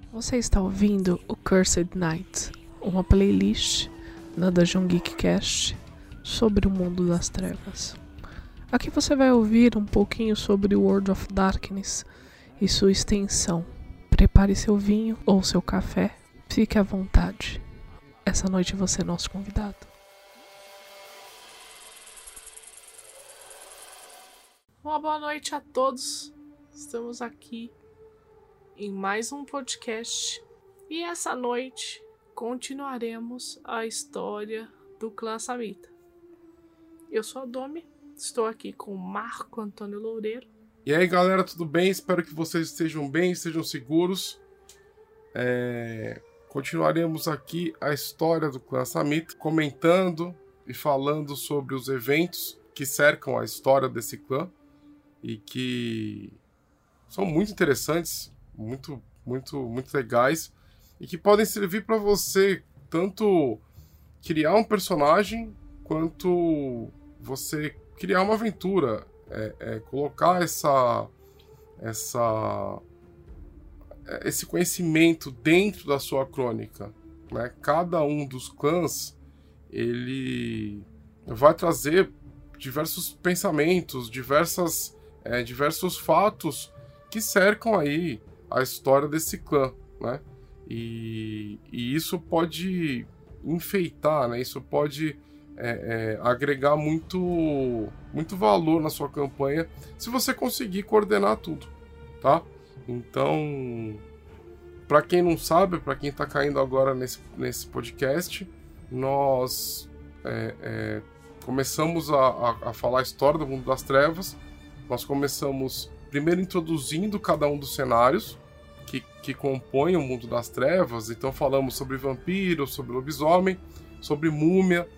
Você está ouvindo o Cursed Night, uma playlist da Dungeon Geek Cast sobre o mundo das trevas. Aqui você vai ouvir um pouquinho sobre o World of Darkness e sua extensão. Prepare seu vinho ou seu café, fique à vontade. Essa noite você é nosso convidado. Uma boa noite a todos. Estamos aqui em mais um podcast e essa noite continuaremos a história do clã Samita. Eu sou a Domi, estou aqui com o Marco Antônio Loureiro. E aí galera, tudo bem? Espero que vocês estejam bem, estejam seguros. Continuaremos aqui a história do clã Samita, comentando e falando sobre os eventos que cercam a história desse clã e que são muito interessantes, muito legais e que podem servir para você tanto criar um personagem quanto você criar uma aventura, colocar esse conhecimento dentro da sua crônica, né? Cada um dos clãs ele vai trazer diversos pensamentos, diversos fatos que cercam aí a história desse clã, né? E isso pode enfeitar, né? Isso pode agregar muito valor na sua campanha se você conseguir coordenar tudo, tá? Então, para quem não sabe, para quem está caindo agora nesse podcast, nós começamos a falar a história do mundo das trevas. Nós começamos primeiro introduzindo cada um dos cenários que compõem o mundo das trevas. Então falamos sobre vampiro, sobre lobisomem, sobre múmia,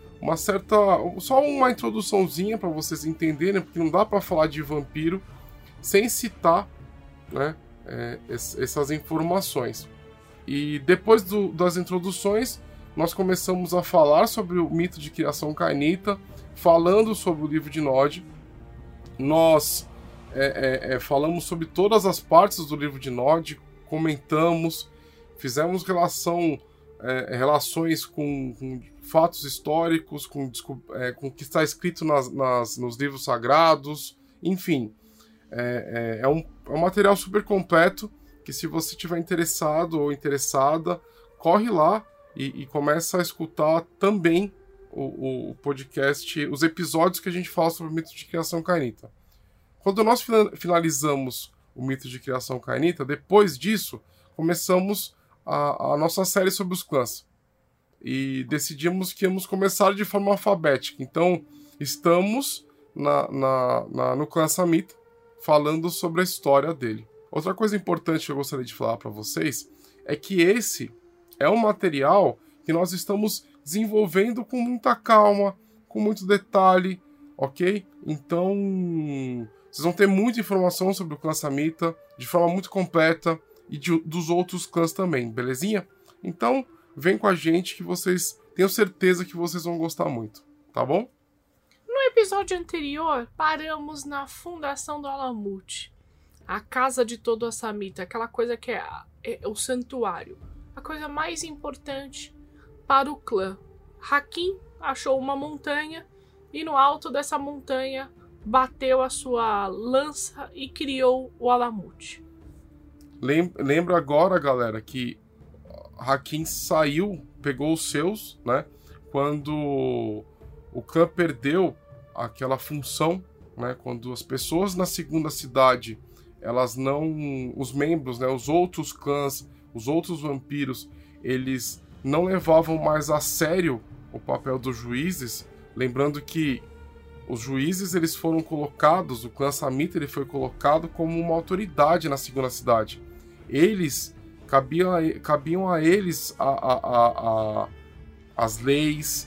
só uma introduçãozinha para vocês entenderem, porque não dá para falar de vampiro sem citar, né, essas informações. E depois das introduções, nós começamos a falar sobre o mito de criação cainita, falando sobre o livro de Nod. Nós falamos sobre todas as partes do livro de Nod, comentamos, fizemos relações com fatos históricos, com o que está escrito nos livros sagrados, enfim. É um material super completo que, se você estiver interessado ou interessada, corre lá e começa a escutar também o podcast, os episódios que a gente fala sobre o mito de criação cainita. Quando nós finalizamos o mito de criação cainita, depois disso, começamos a nossa série sobre os clãs. E decidimos que íamos começar de forma alfabética. Então, estamos no clã Samita, falando sobre a história dele. Outra coisa importante que eu gostaria de falar para vocês é que esse é um material que nós estamos desenvolvendo com muita calma, com muito detalhe, ok? Então, vocês vão ter muita informação sobre o clã Samita de forma muito completa e dos outros clãs também, belezinha? Então, vem com a gente que tenho certeza que vocês vão gostar muito, tá bom? No episódio anterior, paramos na fundação do Alamut, a casa de todo a Samita, aquela coisa que é o santuário, a coisa mais importante para o clã. Hakim achou uma montanha e no alto dessa montanha bateu a sua lança e criou o Alamut. Lembra agora, galera, que Hakim saiu, pegou os seus, né? Quando o clã perdeu aquela função, né? Quando as pessoas na segunda cidade, os membros, né? Os outros clãs, os outros vampiros, eles não levavam mais a sério o papel dos juízes. Lembrando que os juízes, eles foram colocados, o clã Samita, ele foi colocado como uma autoridade na segunda cidade. Cabiam a eles as leis,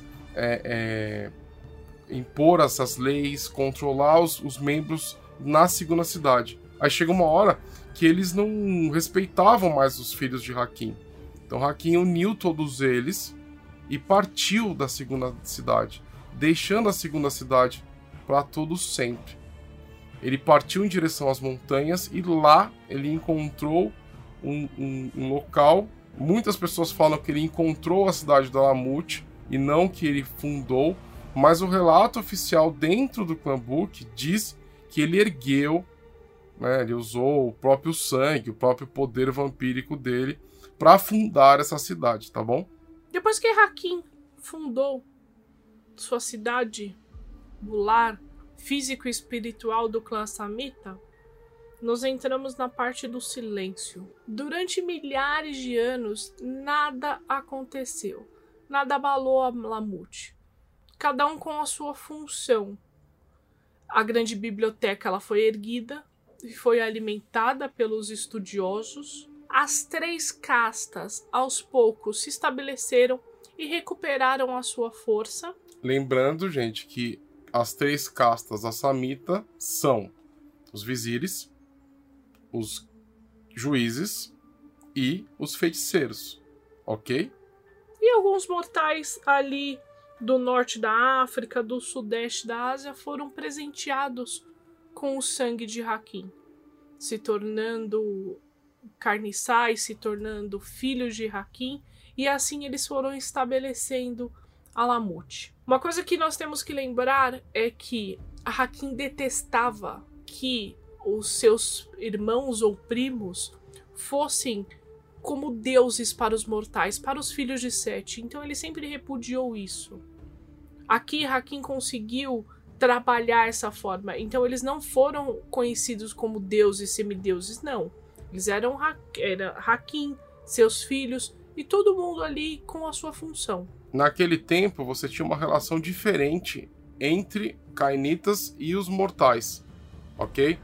impor essas leis, controlar os membros na segunda cidade. Aí chega uma hora que eles não respeitavam mais os filhos de Hakim. Então Hakim uniu todos eles e partiu da segunda cidade, deixando a segunda cidade para todos sempre. Ele partiu em direção às montanhas e lá ele encontrou um local. Muitas pessoas falam que ele encontrou a cidade do Alamut e não que ele fundou, mas o relato oficial dentro do clã Book diz que ele ergueu, né, ele usou o próprio sangue, o próprio poder vampírico dele para fundar essa cidade, tá bom? Depois que Hakim fundou sua cidade, o lar físico e espiritual do clã Samita, nós entramos na parte do silêncio. Durante milhares de anos, nada aconteceu. Nada abalou a Alamut. Cada um com a sua função. A grande biblioteca ela foi erguida e foi alimentada pelos estudiosos. As 3 castas, aos poucos, se estabeleceram e recuperaram a sua força. Lembrando, gente, que as 3 castas da Samita são os vizires, os juízes e os feiticeiros, ok? E alguns mortais ali do norte da África, do sudeste da Ásia, foram presenteados com o sangue de Hakim, se tornando carniçais, se tornando filhos de Hakim, e assim eles foram estabelecendo Alamut. Uma coisa que nós temos que lembrar é que Hakim detestava que os seus irmãos ou primos fossem como deuses para os mortais, para os filhos de Sete. Então ele sempre repudiou isso. Aqui Hakim conseguiu trabalhar essa forma. Então eles não foram conhecidos como deuses, semideuses, não. Eles eram Hakim, seus filhos e todo mundo ali com a sua função. Naquele tempo você tinha uma relação diferente entre cainitas e os mortais, ok?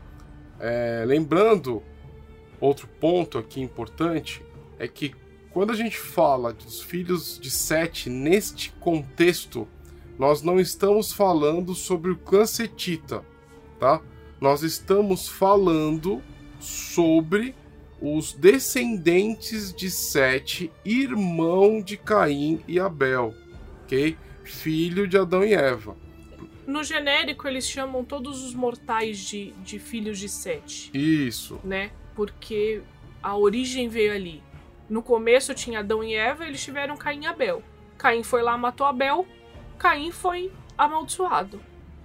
Lembrando, outro ponto aqui importante é que quando a gente fala dos filhos de Sete neste contexto, nós não estamos falando sobre o clã setita, tá? Nós estamos falando sobre os descendentes de Sete, irmão de Caim e Abel, ok? Filho de Adão e Eva. No genérico, eles chamam todos os mortais de filhos de Sete. Isso. Né? Porque a origem veio ali. No começo tinha Adão e Eva, eles tiveram Caim e Abel. Caim foi lá, matou Abel. Caim foi amaldiçoado.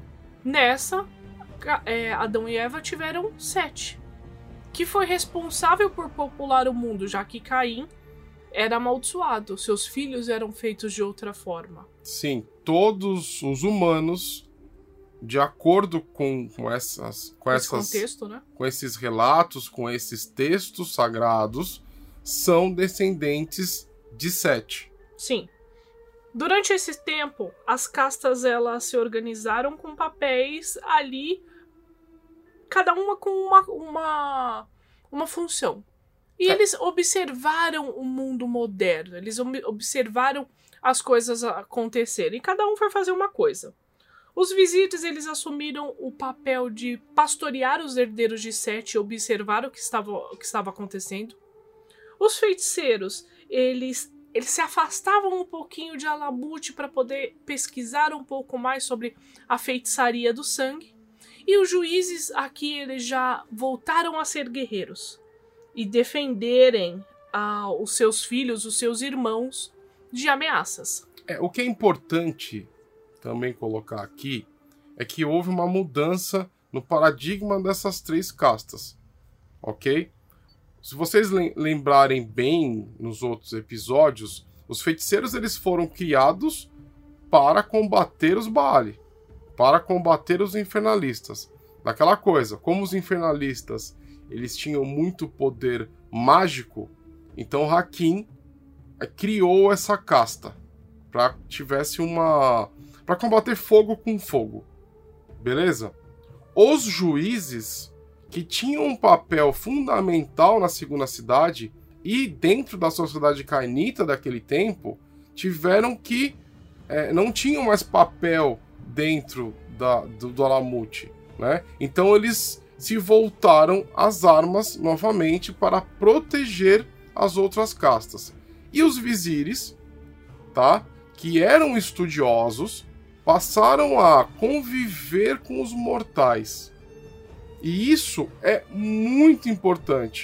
Nessa, Adão e Eva tiveram Sete, que foi responsável por popular o mundo, já que Caim era amaldiçoado. Seus filhos eram feitos de outra forma. Sim, todos os humanos, de acordo com contexto, né? Com esses relatos, com esses textos sagrados, são descendentes de Sete. Sim. Durante esse tempo, as castas elas se organizaram com papéis ali, cada uma com uma função. E eles observaram o mundo moderno, eles observaram as coisas acontecerem, e cada um foi fazer uma coisa. Os vizires, eles assumiram o papel de pastorear os herdeiros de Sete e observar o que estava acontecendo. Os feiticeiros, eles se afastavam um pouquinho de Alamut para poder pesquisar um pouco mais sobre a feitiçaria do sangue. E os juízes aqui, eles já voltaram a ser guerreiros e defenderem os seus filhos, os seus irmãos de ameaças. O que é importante também colocar aqui é que houve uma mudança no paradigma dessas 3 castas, ok? Se vocês lembrarem bem nos outros episódios, os feiticeiros eles foram criados para combater os Baali, para combater os infernalistas. Daquela coisa, como os infernalistas eles tinham muito poder mágico, então Hakim criou essa casta para tivesse para combater fogo com fogo, beleza? Os juízes, que tinham um papel fundamental na segunda cidade e dentro da sociedade cainita daquele tempo, tiveram que não tinham mais papel dentro do Alamut, né? Então eles se voltaram às armas novamente para proteger as outras castas. E os vizires, tá? Que eram estudiosos, passaram a conviver com os mortais. E isso é muito importante,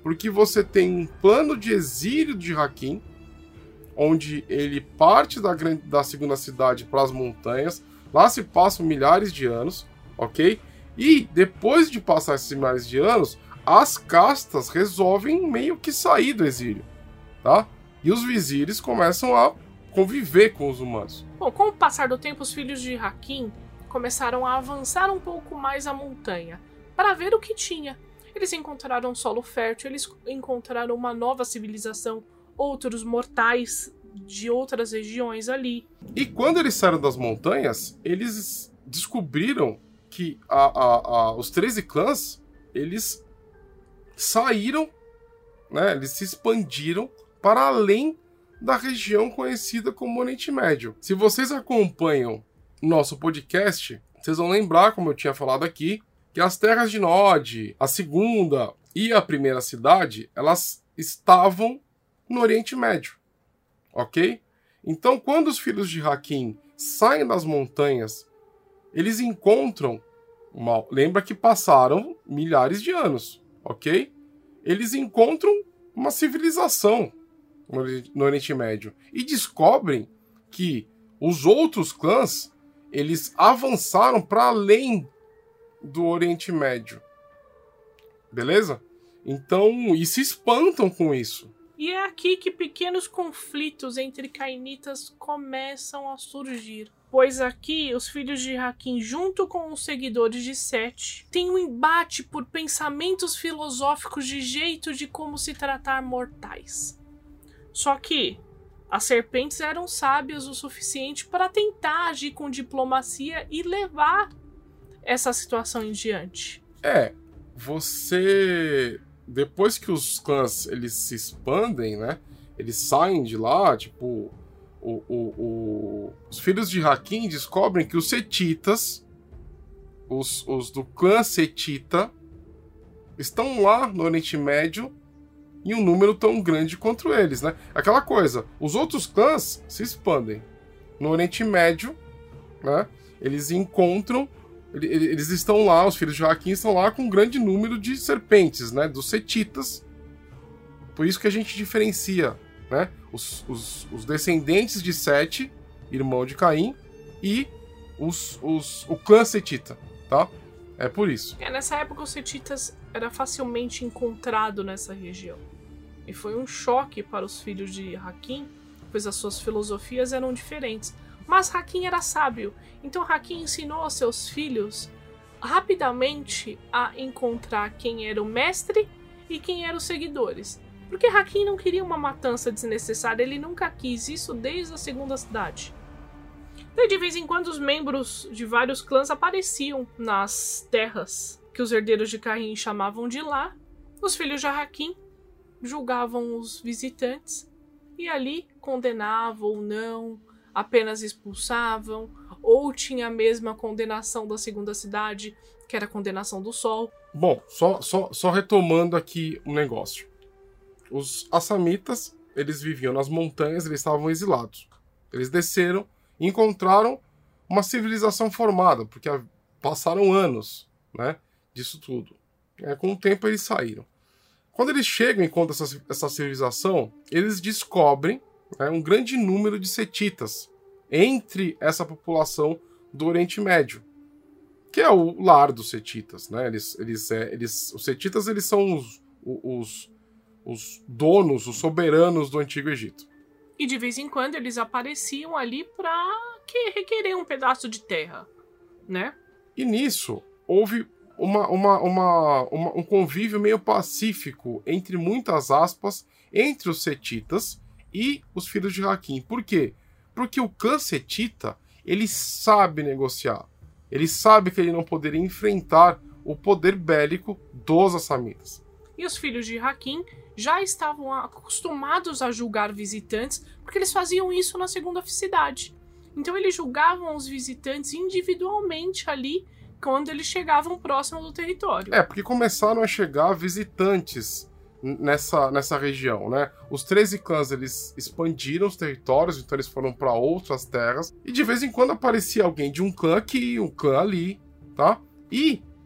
Porque você tem um plano de exílio de Hakim, onde ele parte da segunda cidade para as montanhas. Lá se passam milhares de anos, ok? E depois de passar esses milhares de anos, as castas resolvem meio que sair do exílio, tá? E os vizires começam a conviver com os humanos. Bom, com o passar do tempo, os filhos de Hakim começaram a avançar um pouco mais a montanha para ver o que tinha. Eles encontraram um solo fértil, eles encontraram uma nova civilização, outros mortais de outras regiões ali. E quando eles saíram das montanhas, eles descobriram que os 13 clãs, eles saíram, né, eles se expandiram para além da região conhecida como Oriente Médio. Se vocês acompanham nosso podcast, vocês vão lembrar, como eu tinha falado aqui, que as terras de Nod, a segunda e a primeira cidade, elas estavam no Oriente Médio, ok? Então, quando os filhos de Hakim saem das montanhas, eles encontram, lembra que passaram milhares de anos, ok? Eles encontram uma civilização no Oriente Médio e descobrem que os outros clãs, eles avançaram para além do Oriente Médio. Beleza? Então, e se espantam com isso. E é aqui que pequenos conflitos entre cainitas começam a surgir. Pois aqui, os filhos de Hakim, junto com os seguidores de Sete, têm um embate por pensamentos filosóficos de jeito de como se tratar mortais. Só que as serpentes eram sábias o suficiente para tentar agir com diplomacia e levar essa situação em diante. Depois que os clãs eles se expandem, né? Eles saem de lá, tipo, os filhos de Hakim descobrem que os setitas, os do clã setita, estão lá no Oriente Médio em um número tão grande quanto eles, né? Aquela coisa, os outros clãs se expandem. No Oriente Médio, né? Eles encontram, eles estão lá, os filhos de Hakim estão lá com um grande número de serpentes, né? Dos setitas. Por isso que a gente diferencia, né? Os descendentes de Sete, irmão de Caim, e o clã setita, tá? É por isso. Nessa época, os setitas era facilmente encontrado nessa região. E foi um choque para os filhos de Hakim, pois as suas filosofias eram diferentes. Mas Hakim era sábio, então Hakim ensinou aos seus filhos rapidamente a encontrar quem era o mestre e quem eram os seguidores. Porque Hakim não queria uma matança desnecessária, ele nunca quis isso desde a segunda cidade. Daí, de vez em quando, os membros de vários clãs apareciam nas terras que os herdeiros de Caim chamavam de lá. Os filhos de Hakim julgavam os visitantes e ali condenavam ou não, apenas expulsavam, ou tinha a mesma condenação da segunda cidade, que era a condenação do sol. Bom, só retomando aqui um negócio. Os assamitas, eles viviam nas montanhas, eles estavam exilados. Eles desceram e encontraram uma civilização formada, porque passaram anos, né, disso tudo. Com o tempo eles saíram. Quando eles chegam e encontram essa civilização, eles descobrem, né, um grande número de setitas entre essa população do Oriente Médio, que é o lar dos setitas, né? Os setitas, eles são os donos, os soberanos do Antigo Egito. E de vez em quando eles apareciam ali para requerer um pedaço de terra, né? E nisso houve um convívio meio pacífico, entre muitas aspas, entre os setitas e os filhos de Hakim. Por quê? Porque o clã setita, ele sabe negociar. Ele sabe que ele não poderia enfrentar o poder bélico dos assamitas. E os filhos de Hakim já estavam acostumados a julgar visitantes, porque eles faziam isso na segunda cidade. Então eles julgavam os visitantes individualmente ali, quando eles chegavam próximo do território. Porque começaram a chegar visitantes nessa região, né? Os 13 clãs, eles expandiram os territórios, então eles foram para outras terras, e de vez em quando aparecia alguém de um clã aqui, um clã ali, tá? E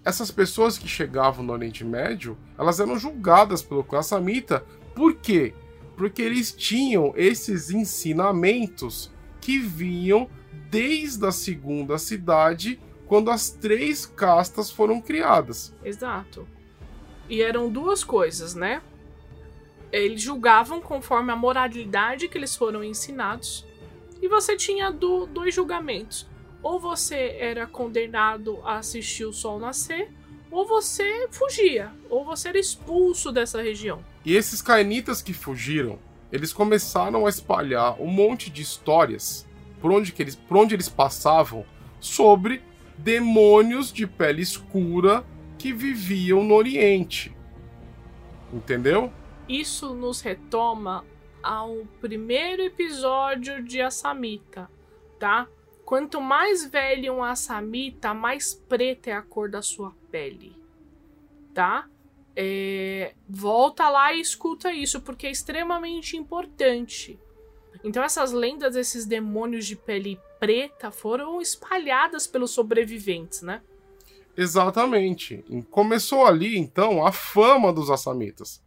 essas pessoas que chegavam no Oriente Médio, elas eram julgadas pelo clã Assamita. Por quê? Porque eles tinham esses ensinamentos que vinham desde a segunda cidade, quando as 3 castas foram criadas. Exato. E eram 2 coisas, né? Eles julgavam conforme a moralidade que eles foram ensinados. E você tinha 2 julgamentos. Ou você era condenado a assistir o sol nascer, ou você fugia, ou você era expulso dessa região. E esses cainitas que fugiram, eles começaram a espalhar um monte de histórias por onde eles passavam sobre demônios de pele escura que viviam no Oriente. Entendeu? Isso nos retoma ao primeiro episódio de Assamita, tá? Quanto mais velho um Assamita, mais preta é a cor da sua pele, tá? Volta lá e escuta isso, porque é extremamente importante. Então essas lendas desses demônios de pele preta foram espalhadas pelos sobreviventes, né? Exatamente. Começou ali, então, a fama dos Assamitas.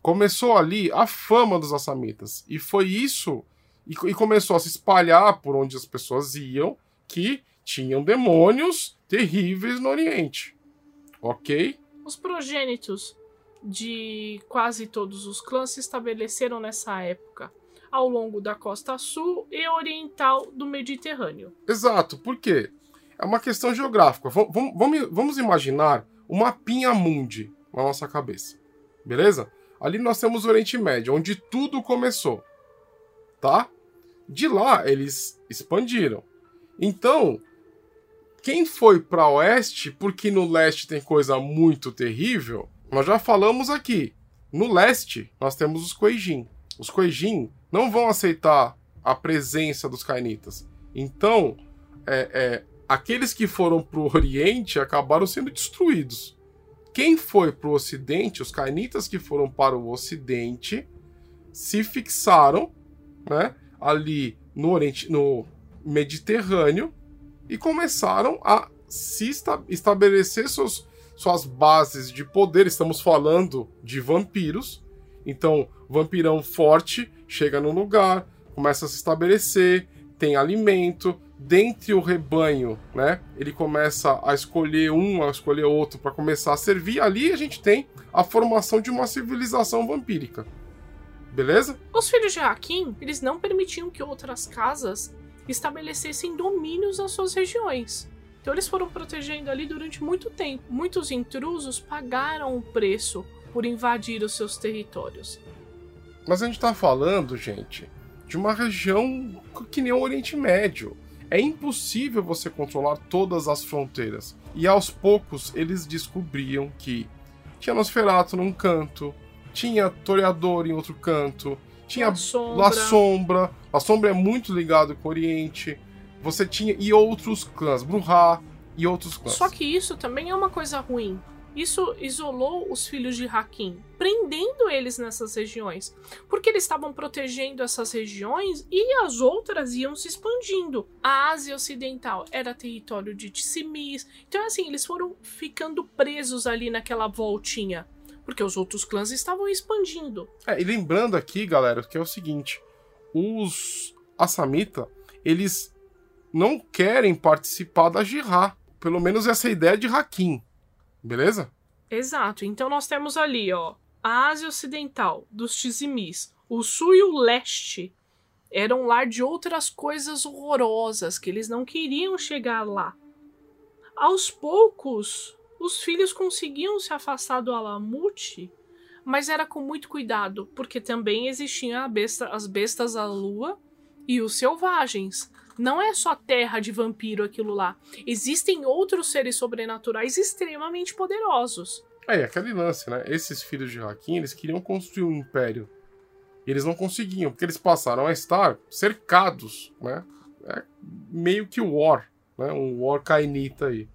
E foi isso, e começou a se espalhar por onde as pessoas iam, que tinham demônios terríveis no Oriente. Ok? Os progênitos de quase todos os clãs se estabeleceram nessa época, ao longo da costa sul e oriental do Mediterrâneo. Exato, por quê? É uma questão geográfica. Vamos imaginar um mapinha mundi na nossa cabeça, beleza? Ali nós temos o Oriente Médio, onde tudo começou, tá? De lá eles expandiram. Então, quem foi para oeste, porque no leste tem coisa muito terrível, nós já falamos aqui. No leste, nós temos os Kuei-Jin. Os Kuei-Jin não vão aceitar a presença dos cainitas. Então, aqueles que foram para o Oriente acabaram sendo destruídos. Quem foi para o Ocidente, os cainitas que foram para o Ocidente, se fixaram, né, ali no Oriente, no Mediterrâneo, e começaram a se estabelecer suas bases de poder. Estamos falando de vampiros. Então, vampirão forte chega num lugar, começa a se estabelecer, tem alimento. Dentre o rebanho, né, ele começa a escolher a escolher outro para começar a servir. Ali a gente tem a formação de uma civilização vampírica. Beleza? Os filhos de Hakim, eles não permitiam que outras casas estabelecessem domínios nas suas regiões. Então eles foram protegendo ali durante muito tempo. Muitos intrusos pagaram o preço por invadir os seus territórios. Mas a gente tá falando, gente, de uma região que nem o Oriente Médio. É impossível você controlar todas as fronteiras. E aos poucos eles descobriam que tinha Nosferatu num canto, tinha Toreador em outro canto, tinha La Sombra. La Sombra é muito ligado com o Oriente. Você tinha e outros clãs, Brujah e outros clãs. Só que isso também é uma coisa ruim. Isso isolou os filhos de Hakim, prendendo eles nessas regiões, porque eles estavam protegendo essas regiões e as outras iam se expandindo. A Ásia Ocidental era território de Tissimis, então assim, eles foram ficando presos ali naquela voltinha, porque os outros clãs estavam expandindo. E lembrando aqui, galera, que é o seguinte, os Assamita, eles não querem participar da Jihad, pelo menos essa é a ideia de Hakim. Beleza? Exato. Então nós temos ali, ó, a Ásia Ocidental, dos Tissimis. O sul e o leste eram lar de outras coisas horrorosas, que eles não queriam chegar lá. Aos poucos, os filhos conseguiam se afastar do Alamut, mas era com muito cuidado, porque também existiam as bestas à lua e os selvagens. Não é só terra de vampiro aquilo lá. Existem outros seres sobrenaturais extremamente poderosos. Aquele lance, né? Esses filhos de Hakim, eles queriam construir um império. E eles não conseguiam, porque eles passaram a estar cercados, né? É meio que war, né? Um war cainita aí.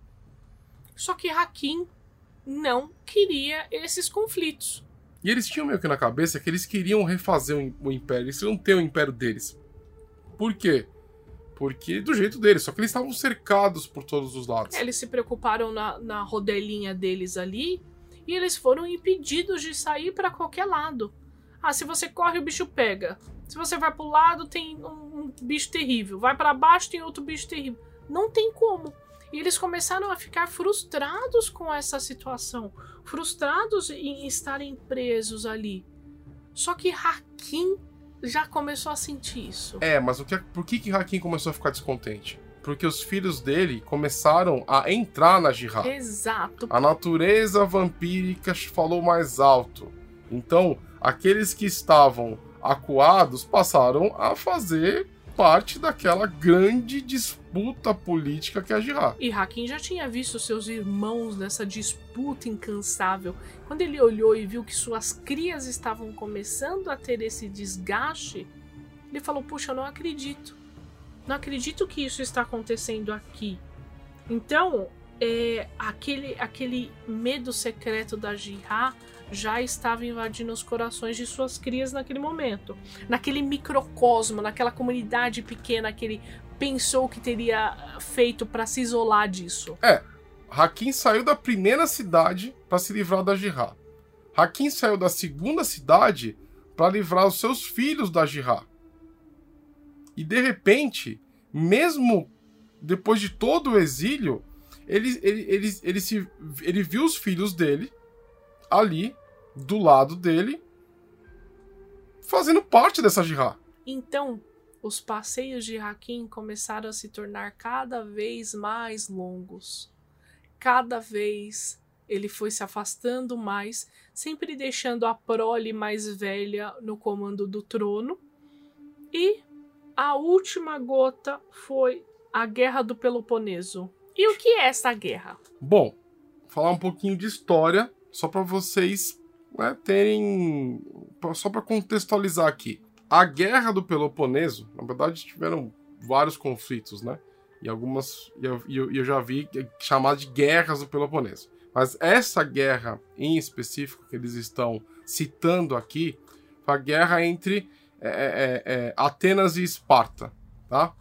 Só que Hakim não queria esses conflitos. E eles tinham meio que na cabeça que eles queriam refazer o império. Eles queriam ter o império deles. Por quê? Porque do jeito deles, só que eles estavam cercados por todos os lados. Eles se preocuparam na rodelinha deles ali e eles foram impedidos de sair para qualquer lado. Ah, se você corre, o bicho pega. Se você vai pro lado, tem um bicho terrível. Vai para baixo, tem outro bicho terrível. Não tem como. E eles começaram a ficar frustrados com essa situação. Frustrados em estarem presos ali. Só que Hakim já começou a sentir isso. Mas por que Hakim começou a ficar descontente? Porque os filhos dele começaram a entrar na Jihad. Exato. A natureza vampírica falou mais alto. Então, aqueles que estavam acuados passaram a fazer parte daquela grande disputa política que é a Jihad. E Hakim já tinha visto seus irmãos nessa disputa incansável. Quando ele olhou e viu que suas crias estavam começando a ter esse desgaste, ele falou, puxa, eu não acredito. Não acredito que isso está acontecendo aqui. Então, aquele medo secreto da Jihad já estava invadindo os corações de suas crias naquele momento. Naquele microcosmo, naquela comunidade pequena que ele pensou que teria feito para se isolar disso. Hakim saiu da primeira cidade para se livrar da Jihad. Hakim saiu da segunda cidade para livrar os seus filhos da Jihad. E de repente, mesmo depois de todo o exílio, ele viu os filhos dele ali, do lado dele, fazendo parte dessa Jihad. Então, os passeios de Hakim começaram a se tornar cada vez mais longos. Cada vez ele foi se afastando mais, sempre deixando a prole mais velha no comando do trono. E a última gota foi a Guerra do Peloponeso. E o que é essa guerra? Bom, vou falar um pouquinho de história, só para vocês terem... Só para contextualizar aqui. A Guerra do Peloponeso, na verdade, tiveram vários conflitos, né? E algumas... Eu já vi chamar de Guerras do Peloponeso. Mas essa guerra, em específico, que eles estão citando aqui, foi a guerra entre Atenas e Esparta, tá?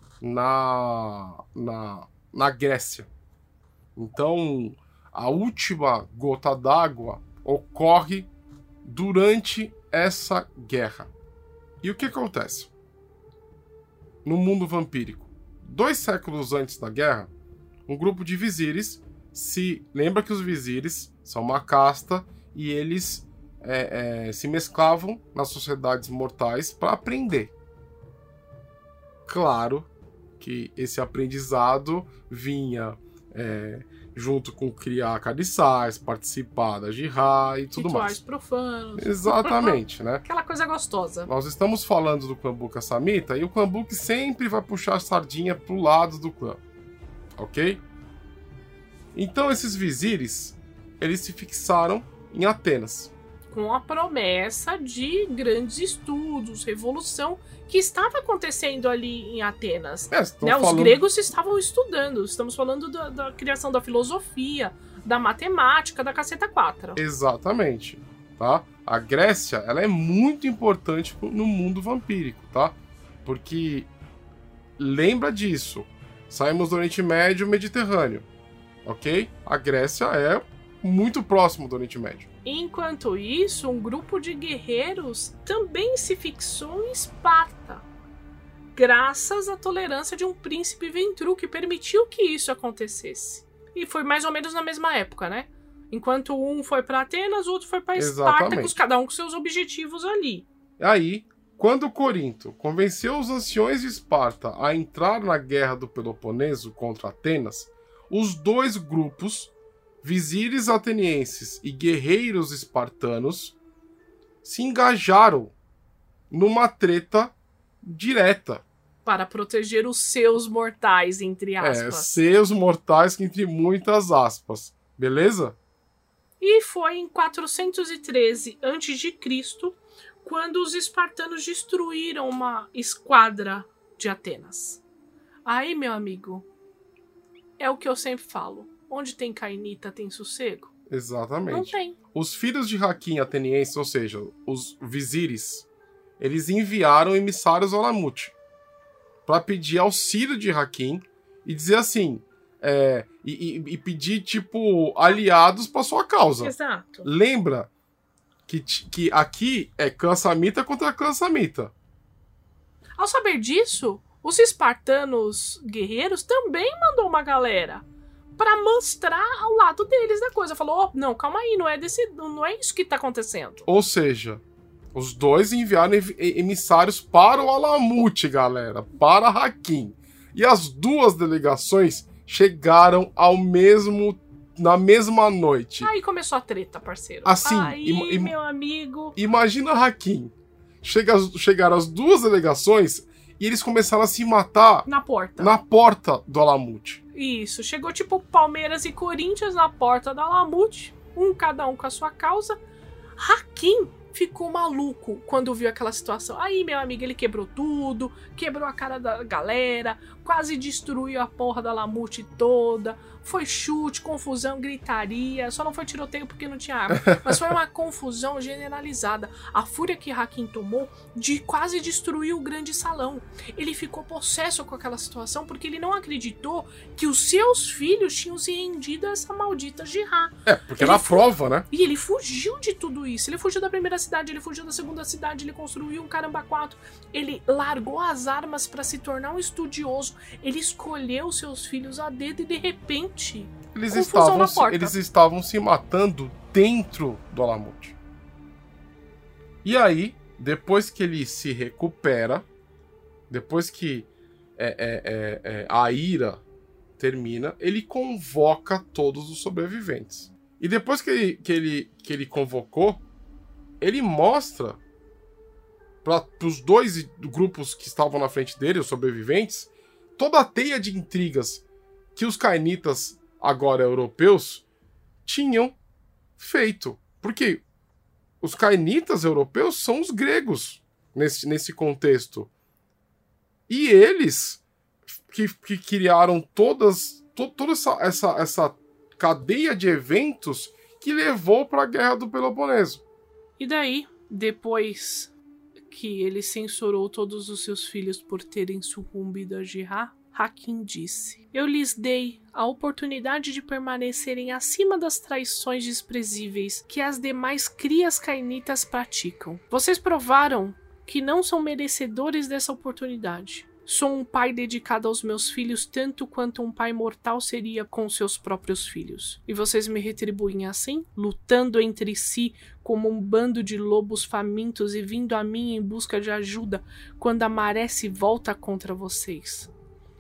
Na Grécia. Então, a última gota d'água ocorre durante essa guerra. E o que acontece? No mundo vampírico, 2 séculos antes da guerra, um grupo de vizires se... Lembra que os vizires são uma casta e eles se mesclavam nas sociedades mortais para aprender. Claro que esse aprendizado vinha junto com criar caliçais, participar da Jihad e tudo Rituais mais. profanos. Exatamente, né? Aquela coisa gostosa. Nós estamos falando do clã Bukka-Samhita e o clã Bukka sempre vai puxar a sardinha pro lado do clã. Ok? Então esses vizires, eles se fixaram em Atenas. Com a promessa de grandes estudos, revolução, que estava acontecendo ali em Atenas. Os gregos estavam estudando, estamos falando da criação da filosofia, da matemática, da caceta 4. Exatamente, tá? A Grécia, ela é muito importante no mundo vampírico, tá? Porque, lembra disso, saímos do Oriente Médio e Mediterrâneo, ok? A Grécia é muito próximo do Oriente Médio. Enquanto isso, um grupo de guerreiros também se fixou em Esparta, graças à tolerância de um príncipe Ventru que permitiu que isso acontecesse. E foi mais ou menos na mesma época, né? Enquanto um foi para Atenas, o outro foi para Esparta, cada um com seus objetivos ali. Aí, quando Corinto convenceu os anciões de Esparta a entrar na Guerra do Peloponeso contra Atenas, os 2 grupos, vizires atenienses e guerreiros espartanos, se engajaram numa treta direta. Para proteger os seus mortais, entre aspas. Seus mortais, entre muitas aspas. Beleza? E foi em 413 a.C., quando os espartanos destruíram uma esquadra de Atenas. Aí, meu amigo, é o que eu sempre falo. Onde tem cainita, tem sossego? Exatamente. Não tem. Os filhos de Hakim atenienses, ou seja, os vizires, eles enviaram emissários ao Lamute pra pedir auxílio de Hakim e dizer assim, e pedir, tipo, aliados pra sua causa. Exato. Lembra que aqui é clã samita contra clã samita. Ao saber disso, os espartanos guerreiros também mandou uma galera pra mostrar ao lado deles da coisa. Falou, não, calma aí, não é isso que tá acontecendo. Ou seja, os dois enviaram emissários para o Alamut, galera, para Hakim. E as duas delegações chegaram na mesma noite. Aí começou a treta, parceiro. Assim, aí, meu amigo... Imagina Hakim. Chegaram as duas delegações e eles começaram a se matar... Na porta do Alamut. Isso, chegou tipo Palmeiras e Corinthians na porta do Alamut. Cada um com a sua causa. Hakim ficou maluco quando viu aquela situação. Aí, meu amigo, ele quebrou tudo, quebrou a cara da galera, quase destruiu a porra da Alamut toda. Foi chute, confusão, gritaria. Só não foi tiroteio porque não tinha arma. Mas foi uma confusão generalizada. A fúria que Hakim tomou de quase destruir o grande salão. Ele ficou possesso com aquela situação porque ele não acreditou que os seus filhos tinham se rendido a essa maldita Jihad. Porque era a prova, né? E ele fugiu de tudo isso. Ele fugiu da primeira cidade, ele fugiu da segunda cidade, ele construiu um caramba 4. Ele largou as armas para se tornar um estudioso. Ele escolheu seus filhos a dedo e de repente eles estavam se matando dentro do Alamut. E aí, depois que ele se recupera, depois que a ira termina, ele convoca todos os sobreviventes. E depois que ele convocou, ele mostra para os dois grupos que estavam na frente dele, os sobreviventes, toda a teia de intrigas que os cainitas, agora europeus, tinham feito. Porque os cainitas europeus são os gregos nesse contexto. E eles que criaram toda essa cadeia de eventos que levou para a Guerra do Peloponeso. E daí, depois que ele censurou todos os seus filhos por terem sucumbido a Jihad, Hakim disse: eu lhes dei a oportunidade de permanecerem acima das traições desprezíveis que as demais crias cainitas praticam. Vocês provaram que não são merecedores dessa oportunidade. Sou um pai dedicado aos meus filhos tanto quanto um pai mortal seria com seus próprios filhos. E vocês me retribuem assim, lutando entre si como um bando de lobos famintos e vindo a mim em busca de ajuda quando a maré se volta contra vocês.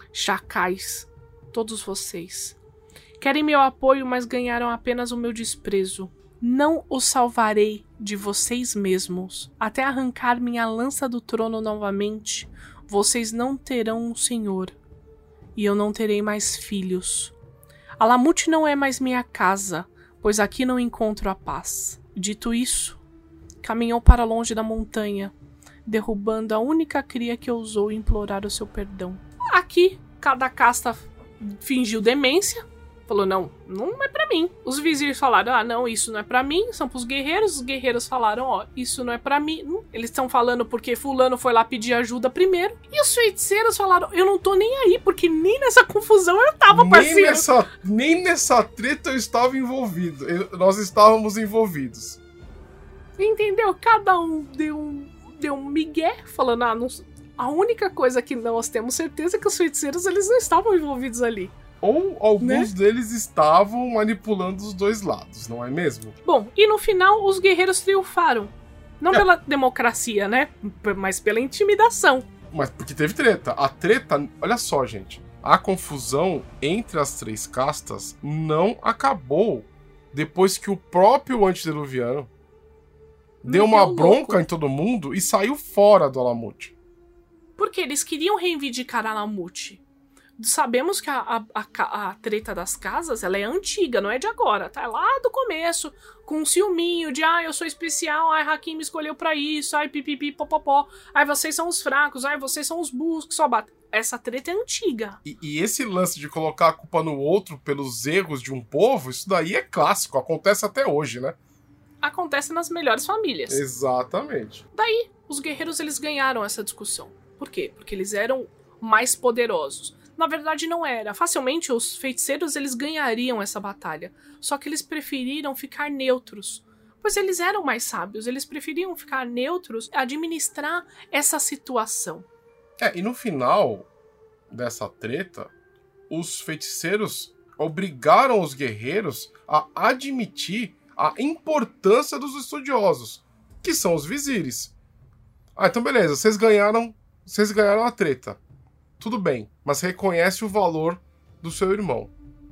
Chacais, todos vocês. Querem meu apoio, mas ganharam apenas o meu desprezo. Não os salvarei de vocês mesmos. Até arrancar minha lança do trono novamente, vocês não terão um senhor. E eu não terei mais filhos. Alamut não é mais minha casa, pois aqui não encontro a paz. Dito isso, caminhou para longe da montanha, derrubando a única cria que ousou implorar o seu perdão. Aqui, cada casta fingiu demência. Falou, não é pra mim. Os vizirs falaram, não, isso não é pra mim, são pros guerreiros. Os guerreiros falaram, isso não é pra mim. Eles estão falando porque fulano foi lá pedir ajuda primeiro. E os feiticeiros falaram, eu não tô nem aí, porque nem nessa confusão eu tava, parceiro. Nem nessa treta eu estava envolvido. Nós estávamos envolvidos. Entendeu? Cada um deu um migué, falando, a única coisa que nós temos certeza é que os feiticeiros, eles não estavam envolvidos ali. Ou alguns deles estavam manipulando os dois lados, não é mesmo? Bom, e no final os guerreiros triunfaram. Não pela democracia, né? Mas pela intimidação. Mas porque teve treta. A treta, olha só, gente. A confusão entre as três castas não acabou depois que o próprio antediluviano deu uma bronca em todo mundo e saiu fora do Alamut. Porque eles queriam reivindicar Alamut. Sabemos que a treta das casas, ela é antiga, não é de agora, tá? É lá do começo, com um ciúminho de, eu sou especial, Hakim me escolheu pra isso, pipipi, popopó, vocês são os fracos, vocês são os burros que só batem. Essa treta é antiga. E esse lance de colocar a culpa no outro pelos erros de um povo, isso daí é clássico, acontece até hoje, né? Acontece nas melhores famílias. Exatamente. Daí, os guerreiros, eles ganharam essa discussão. Por quê? Porque eles eram mais poderosos. Na verdade não era. Facilmente os feiticeiros eles ganhariam essa batalha. Só que eles preferiram ficar neutros. Pois eles eram mais sábios. Eles preferiam ficar neutros, administrar essa situação. E no final dessa treta, os feiticeiros obrigaram os guerreiros a admitir a importância dos estudiosos, que são os vizires. Então beleza, vocês ganharam a treta. Tudo bem, mas reconhece o valor do seu irmão.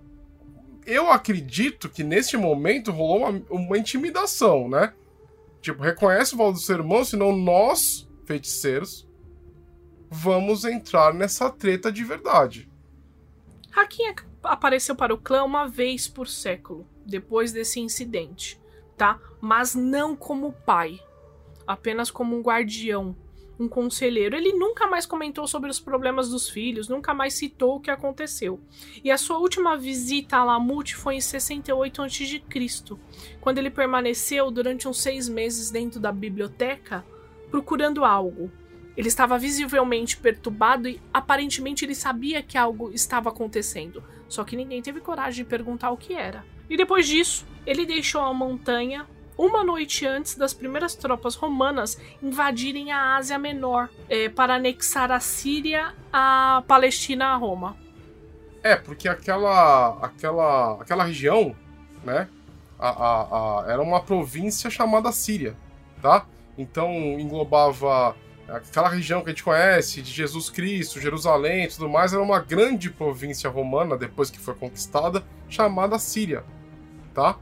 Eu acredito que neste momento rolou uma intimidação, né? Tipo, reconhece o valor do seu irmão, senão nós, feiticeiros, vamos entrar nessa treta de verdade. Hakim apareceu para o clã uma vez por século, depois desse incidente, tá? Mas não como pai, apenas como um guardião, um conselheiro. Ele nunca mais comentou sobre os problemas dos filhos, nunca mais citou o que aconteceu. E a sua última visita a Alamut foi em 68 a.C., quando ele permaneceu durante uns 6 meses dentro da biblioteca, procurando algo. Ele estava visivelmente perturbado e aparentemente ele sabia que algo estava acontecendo, só que ninguém teve coragem de perguntar o que era. E depois disso, ele deixou a montanha uma noite antes das primeiras tropas romanas invadirem a Ásia Menor, para anexar a Síria, a Palestina a Roma. Porque aquela região, né, era uma província chamada Síria, tá? Então englobava aquela região que a gente conhece, de Jesus Cristo, Jerusalém e tudo mais, era uma grande província romana, depois que foi conquistada, chamada Síria, tá?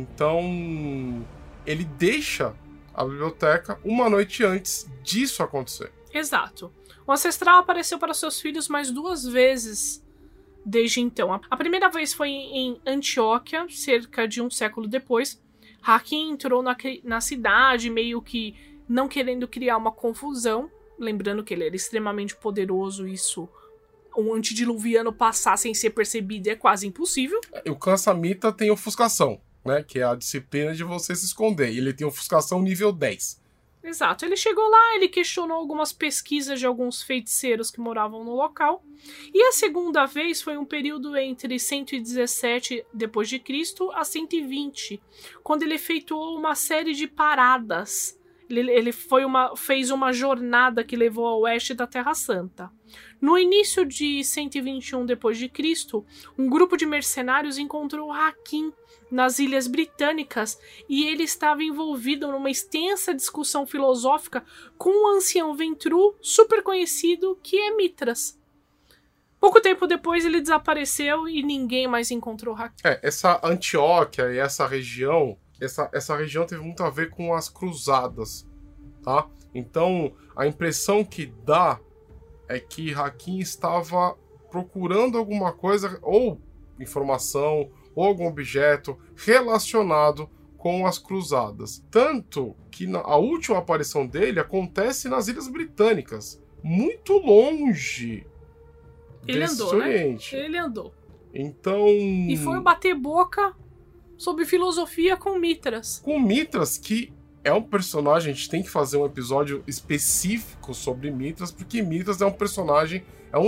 Então ele deixa a biblioteca uma noite antes disso acontecer. Exato. O ancestral apareceu para seus filhos mais 2 vezes desde então. A primeira vez foi em Antioquia, cerca de 1 século depois. Hakim entrou na cidade, meio que não querendo criar uma confusão. Lembrando que ele era extremamente poderoso, isso, um antediluviano passar sem ser percebido é quase impossível. O clã Samita tem ofuscação, né, que é a disciplina de você se esconder. E ele tem ofuscação nível 10. Exato. Ele chegou lá, ele questionou algumas pesquisas de alguns feiticeiros que moravam no local. E a segunda vez foi um período entre 117 d.C. a 120, quando ele efetuou uma série de paradas. Ele fez uma jornada que levou ao oeste da Terra Santa. No início de 121 d.C., um grupo de mercenários encontrou Hakim nas Ilhas Britânicas e ele estava envolvido numa extensa discussão filosófica com um ancião Ventru super conhecido que é Mitras. Pouco tempo depois ele desapareceu e ninguém mais encontrou Hakim. Essa Antioquia e essa região teve muito a ver com as cruzadas, tá? Então a impressão que dá é que Hakim estava procurando alguma coisa, ou informação, ou algum objeto relacionado com as cruzadas. Tanto que a última aparição dele acontece nas Ilhas Britânicas, muito longe desse Oriente. Né? Ele andou. Então... E foi bater boca sobre filosofia com Mitras. Com Mitras, que é um personagem, a gente tem que fazer um episódio específico sobre Mitras, porque Mitras é um personagem, é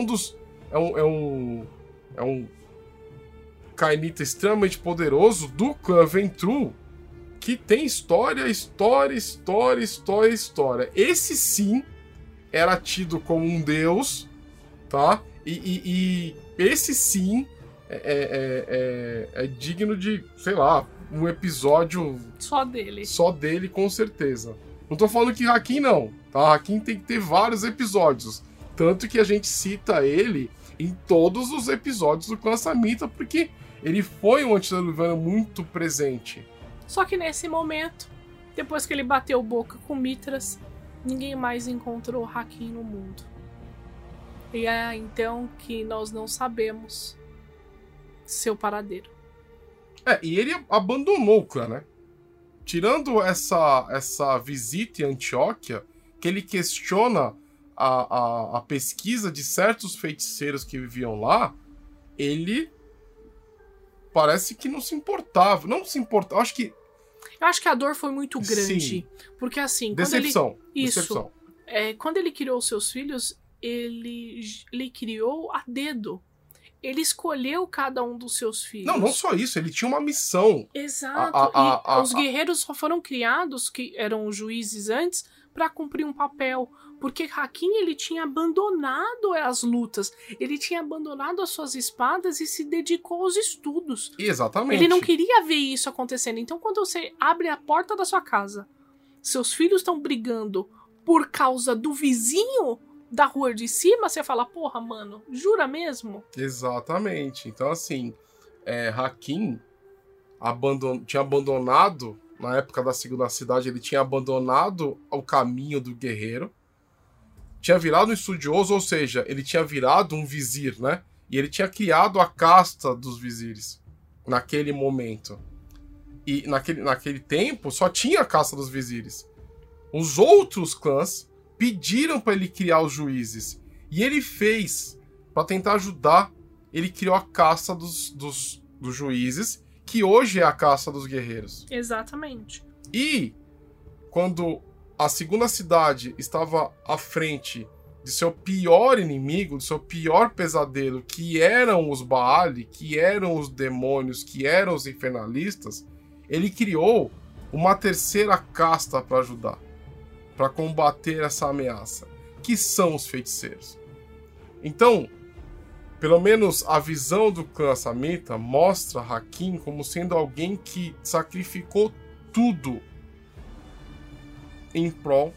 um Cainita extremamente poderoso do clã Ventru, que tem história. Esse sim era tido como um deus, tá? E esse sim é digno de, sei lá, um episódio só dele. Só dele, com certeza. Não tô falando que Hakim não, tá? Hakim tem que ter vários episódios. Tanto que a gente cita ele em todos os episódios do clã Samita, porque ele foi um antediluviano muito presente. Só que nesse momento, depois que ele bateu boca com Mitras, ninguém mais encontrou Hakim no mundo. E é então que nós não sabemos seu paradeiro. E ele abandonou o clã, né? Tirando essa visita em Antioquia, que ele questiona a pesquisa de certos feiticeiros que viviam lá, ele parece que não se importava. Não se importava. Eu acho que a dor foi muito grande. Sim. Porque assim... Decepção. Isso. Decepção. Quando ele criou seus filhos, ele criou a dedo. Ele escolheu cada um dos seus filhos. Não só isso, ele tinha uma missão. Exato. Os guerreiros só foram criados, que eram juízes antes, para cumprir um papel. Porque Hakim, ele tinha abandonado as lutas. Ele tinha abandonado as suas espadas e se dedicou aos estudos. Exatamente. Ele não queria ver isso acontecendo. Então, quando você abre a porta da sua casa, seus filhos estão brigando por causa do vizinho da rua de cima, você fala, porra, mano, jura mesmo? Exatamente. Então, assim, Hakim tinha abandonado, na época da Segunda Cidade, ele tinha abandonado o caminho do guerreiro, tinha virado um estudioso, ou seja, ele tinha virado um vizir, né? E ele tinha criado a casta dos vizires naquele momento. E naquele tempo só tinha a casta dos vizires. Os outros clãs pediram para ele criar os juízes. E ele fez, para tentar ajudar, ele criou a casta dos juízes, que hoje é a casta dos guerreiros. Exatamente. E quando a Segunda Cidade estava à frente de seu pior inimigo, de seu pior pesadelo, que eram os Baali, que eram os demônios, que eram os infernalistas, ele criou uma terceira casta para ajudar, para combater essa ameaça, que são os feiticeiros. Então, pelo menos a visão do clã Samita mostra Hakim como sendo alguém que sacrificou tudo em prol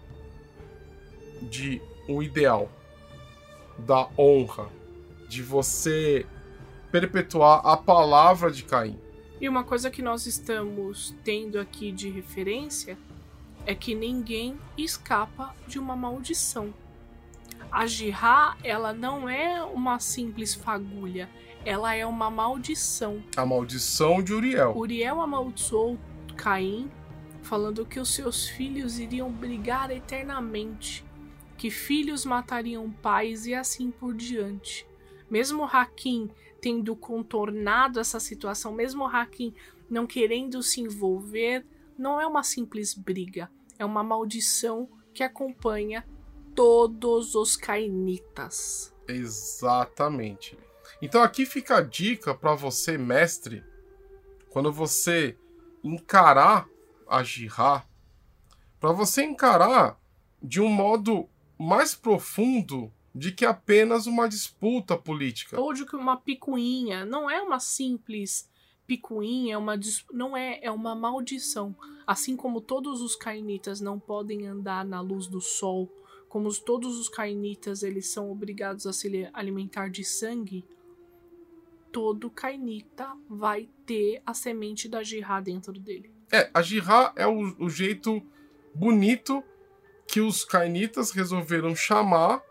de um ideal, da honra, de você perpetuar a palavra de Caim. E uma coisa que nós estamos tendo aqui de referência é que ninguém escapa de uma maldição. A Jihá, ela não é uma simples fagulha, ela é uma maldição. A maldição de Uriel. Uriel amaldiçoou Caim, falando que os seus filhos iriam brigar eternamente, que filhos matariam pais e assim por diante. Mesmo Hakim tendo contornado essa situação, mesmo Hakim não querendo se envolver, não é uma simples briga, é uma maldição que acompanha todos os cainitas. Exatamente. Então aqui fica a dica para você, mestre, quando você encarar a Jihá, para você encarar de um modo mais profundo de que apenas uma disputa política. Ou de que uma picuinha, não é uma simples picuinha, é uma maldição. Assim como todos os cainitas não podem andar na luz do sol, como todos os cainitas eles são obrigados a se alimentar de sangue, todo cainita vai ter a semente da Jihá dentro dele. A Jihá é o jeito bonito que os cainitas resolveram chamar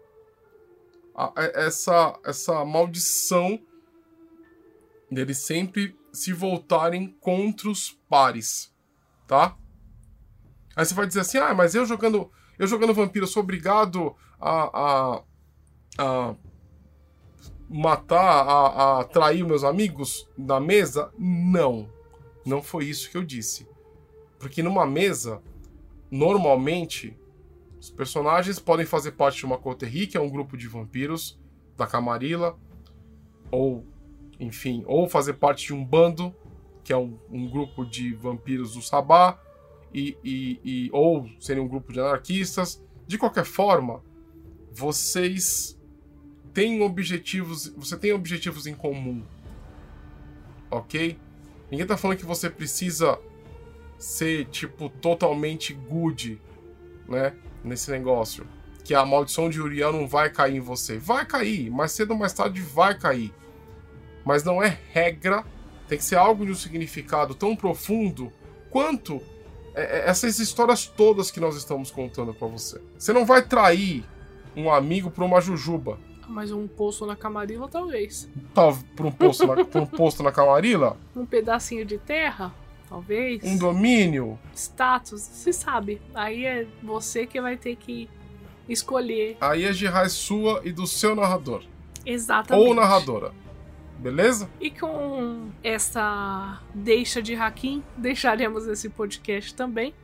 essa maldição deles sempre se voltarem contra os pares, tá? Aí você vai dizer assim, mas eu jogando vampiro, eu sou obrigado a matar, a trair meus amigos na mesa? Não foi isso que eu disse. Porque numa mesa, normalmente, os personagens podem fazer parte de uma coterie, que é um grupo de vampiros da Camarilla, ou fazer parte de um bando, que é um grupo de vampiros do Sabá, ou serem um grupo de anarquistas. De qualquer forma, você tem objetivos em comum, ok? Ninguém tá falando que você precisa ser, totalmente good, né, nesse negócio. Que a maldição de Uriel não vai cair em você. Vai cair, mais cedo ou mais tarde vai cair. Mas não é regra, tem que ser algo de um significado tão profundo quanto essas histórias todas que nós estamos contando pra você. Você não vai trair um amigo por uma jujuba. Mas um poço na Camarilla, talvez. Por um poço na Camarilla? Um pedacinho de terra, talvez. Um domínio? Status, se sabe. Aí é você que vai ter que escolher. Aí a Jihá é sua e do seu narrador. Exatamente. Ou narradora. Beleza? E com essa deixa de Hakim, deixaremos esse podcast também.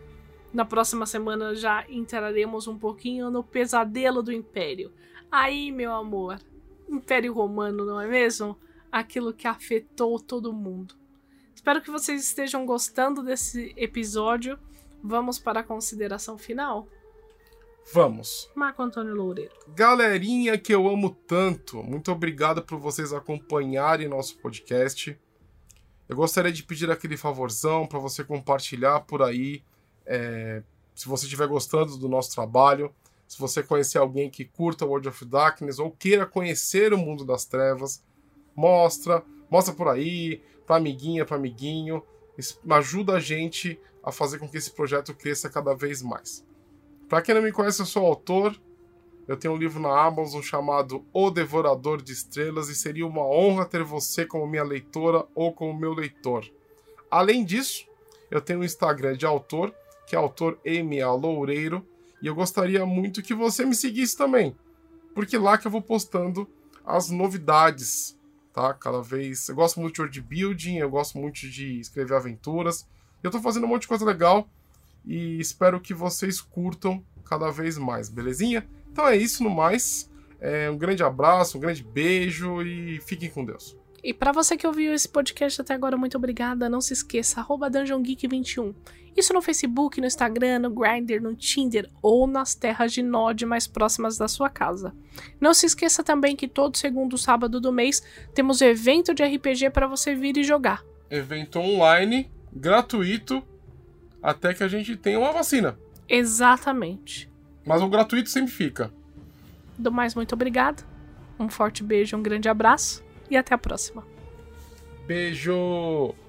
Na próxima semana já entraremos um pouquinho no pesadelo do Império. Aí, meu amor, Império Romano, não é mesmo? Aquilo que afetou todo mundo. Espero que vocês estejam gostando desse episódio. Vamos para a consideração final? Vamos. Marco Antônio Loureiro. Galerinha que eu amo tanto, muito obrigado por vocês acompanharem nosso podcast. Eu gostaria de pedir aquele favorzão para você compartilhar por aí. Se você estiver gostando do nosso trabalho, se você conhecer alguém que curta World of Darkness ou queira conhecer o mundo das trevas, mostra por aí, pra amiguinha, pra amiguinho. Ajuda a gente a fazer com que esse projeto cresça cada vez mais. Para quem não me conhece, eu sou autor. Eu tenho um livro na Amazon chamado O Devorador de Estrelas e seria uma honra ter você como minha leitora ou como meu leitor. Além disso, eu tenho um Instagram de autor, que é autor M.A. Loureiro, e eu gostaria muito que você me seguisse também, porque lá que eu vou postando as novidades, tá? Cada vez... Eu gosto muito de world building, eu gosto muito de escrever aventuras, eu tô fazendo um monte de coisa legal e espero que vocês curtam cada vez mais, belezinha? Então é isso, no mais. Um grande abraço, um grande beijo e fiquem com Deus. E para você que ouviu esse podcast até agora, muito obrigada. Não se esqueça, @DungeonGeek21. Isso no Facebook, no Instagram, no Grindr, no Tinder ou nas terras de Nod mais próximas da sua casa. Não se esqueça também que todo segundo sábado do mês temos evento de RPG para você vir e jogar. Evento online, gratuito, até que a gente tenha uma vacina. Exatamente. Mas o gratuito sempre fica. Do mais, muito obrigada. Um forte beijo, um grande abraço e até a próxima. Beijo!